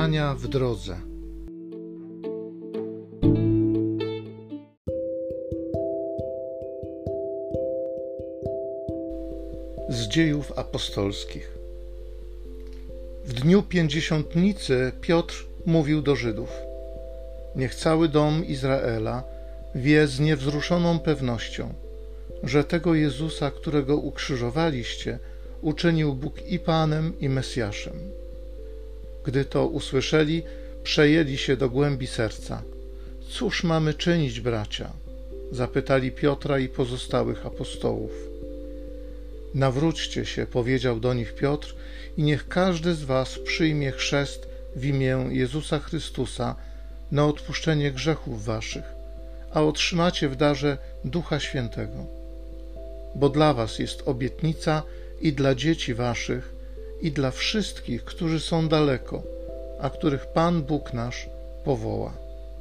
Czytania w drodze. Z Dziejów Apostolskich. W dniu Pięćdziesiątnicy Piotr mówił do Żydów: niech cały dom Izraela wie z niewzruszoną pewnością, że tego Jezusa, którego ukrzyżowaliście, uczynił Bóg i Panem, i Mesjaszem. Gdy to usłyszeli, przejęli się do głębi serca. Cóż mamy czynić, bracia? Zapytali Piotra i pozostałych apostołów. Nawróćcie się, powiedział do nich Piotr, i niech każdy z was przyjmie chrzest w imię Jezusa Chrystusa na odpuszczenie grzechów waszych, a otrzymacie w darze Ducha Świętego. Bo dla was jest obietnica i dla dzieci waszych, i dla wszystkich, którzy są daleko, a których Pan Bóg nasz powoła.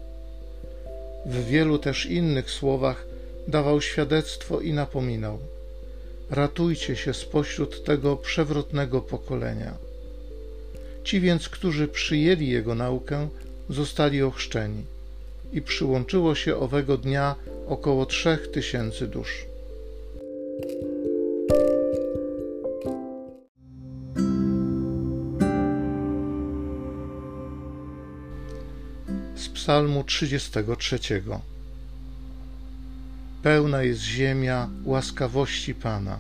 W wielu też innych słowach dawał świadectwo i napominał: ratujcie się spośród tego przewrotnego pokolenia. Ci więc, którzy przyjęli Jego naukę, zostali ochrzczeni i przyłączyło się owego dnia około 3000 dusz. Z Psalmu 33. Pełna jest ziemia łaskawości Pana.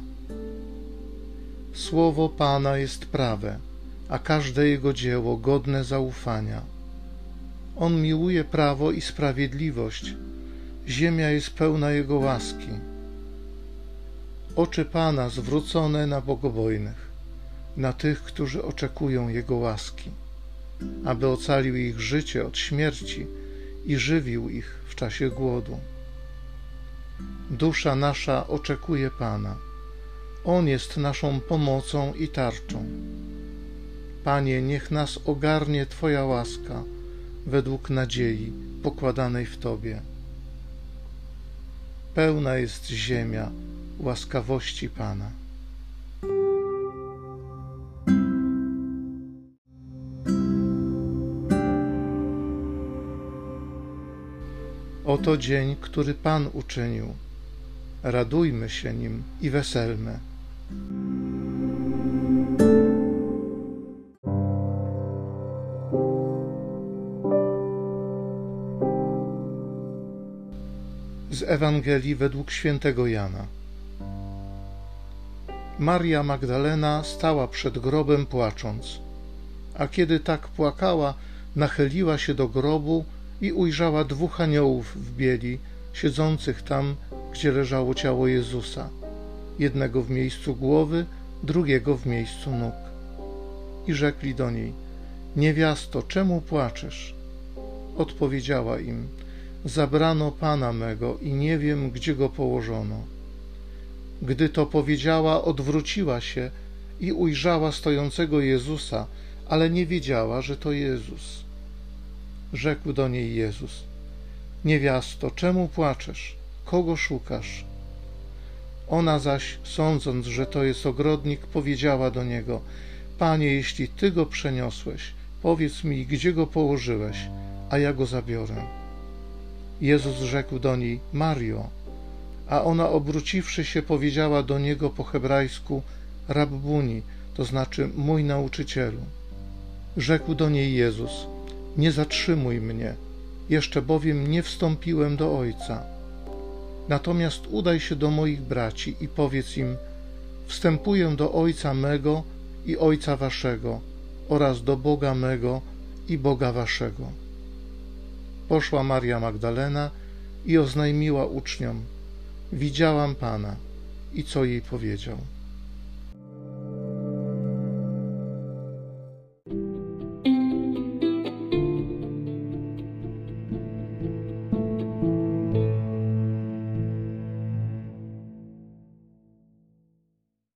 Słowo Pana jest prawe, a każde Jego dzieło godne zaufania. On miłuje prawo i sprawiedliwość, ziemia jest pełna Jego łaski. Oczy Pana zwrócone na bogobojnych, na tych, którzy oczekują Jego łaski, aby ocalił ich życie od śmierci i żywił ich w czasie głodu. Dusza nasza oczekuje Pana. On jest naszą pomocą i tarczą. Panie, niech nas ogarnie Twoja łaska według nadziei pokładanej w Tobie. Pełna jest ziemia łaskawości Pana. Oto dzień, który Pan uczynił. Radujmy się nim i weselmy. Z Ewangelii według świętego Jana. Maria Magdalena stała przed grobem płacząc, a kiedy tak płakała, nachyliła się do grobu i ujrzała 2 aniołów w bieli, siedzących tam, gdzie leżało ciało Jezusa, jednego w miejscu głowy, drugiego w miejscu nóg. I rzekli do niej: niewiasto, czemu płaczesz? Odpowiedziała im: zabrano Pana mego i nie wiem, gdzie go położono. Gdy to powiedziała, odwróciła się i ujrzała stojącego Jezusa, ale nie wiedziała, że to Jezus. Rzekł do niej Jezus: niewiasto, czemu płaczesz? Kogo szukasz? Ona zaś, sądząc, że to jest ogrodnik, powiedziała do Niego: Panie, jeśli Ty go przeniosłeś, powiedz mi, gdzie go położyłeś, a ja go zabiorę. Jezus rzekł do niej: Mario. A ona, obróciwszy się, powiedziała do Niego po hebrajsku: Rabbuni, to znaczy mój nauczycielu. Rzekł do niej Jezus: nie zatrzymuj mnie, jeszcze bowiem nie wstąpiłem do Ojca. Natomiast udaj się do moich braci i powiedz im: wstępuję do Ojca mego i Ojca waszego oraz do Boga mego i Boga waszego. Poszła Maria Magdalena i oznajmiła uczniom: widziałam Pana. I co jej powiedział?